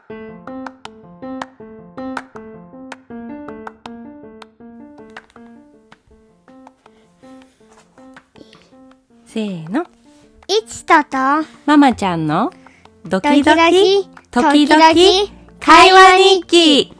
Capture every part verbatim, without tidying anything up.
せーの。 いちとと、 ママちゃんのドキドキ、時 々 々、会話日記。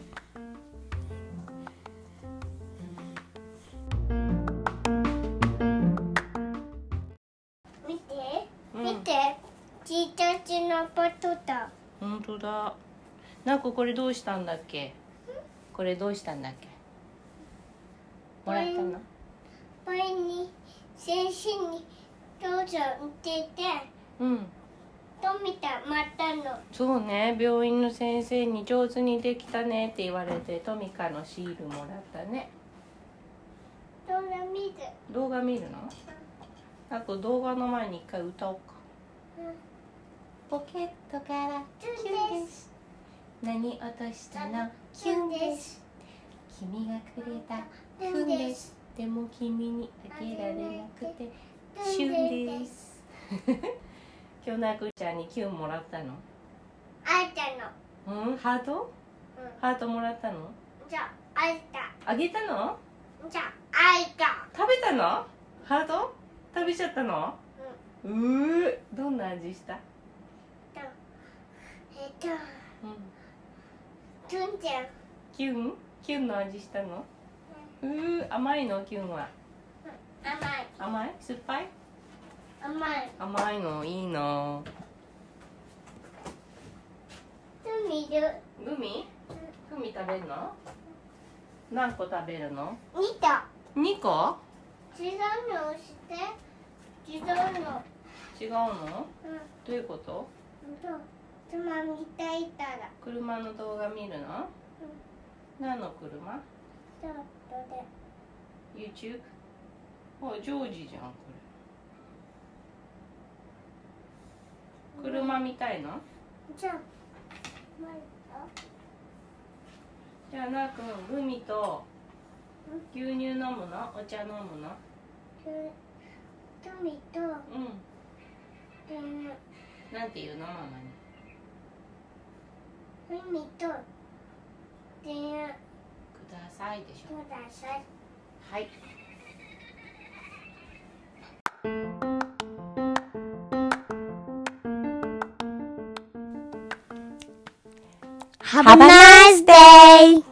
見て、見て、ちいたちのポトだ。 ほんとだ。なんかこれどうしたんだっけ？これどうしたんだっけ？もらったの？ 前に先生にどうぞ言ってて、 うん。 と見たまたの。 そうね、病院の先生に上手にできたねって言われて、トミカのシールもらったね。 動画見る。 動画見るの？あと動画の前に一回歌おうか。 うん、 ポケットからキュンです。 何落としたの？ キュンです。 君がくれたキュンです。 でも君にあげられなくてキュンです。 今日なくちゃんにキュンもらったの？ あいたの。 うん、ハート？ うん、 ハートもらったの？ じゃあ、あいた。 あげたの？ じゃあ、あいた。 食べたの？ハート？食べちゃったの？ うん。 うー、どんな味した？ と、えっと、 うん、 キュンちゃん。 キュン？キュンの味したの？うー、甘いの？キュンは。 甘い。 甘い？酸っぱい？ 甘い。 甘いのいいの。 グミる。 グミ？グミ食べるの？何個食べるの？ にと。 にこ？ 違うの押して。違うの。 違うの？ うん。 どういうこと？ と、つまみたいたら。 車の動画見るの？ うん。 何の車？ ちょっとで。 YouTube？ あ、ジョージじゃんこれ。車見たいの？ じゃあ、まいじゃあなーくん、グミと牛乳飲むの？お茶飲むの？ と、グミと、 うん。 うん、 なんて言うのママに？ グミと、で、 くださいでしょ。 ください。 はい。 Have a nice day!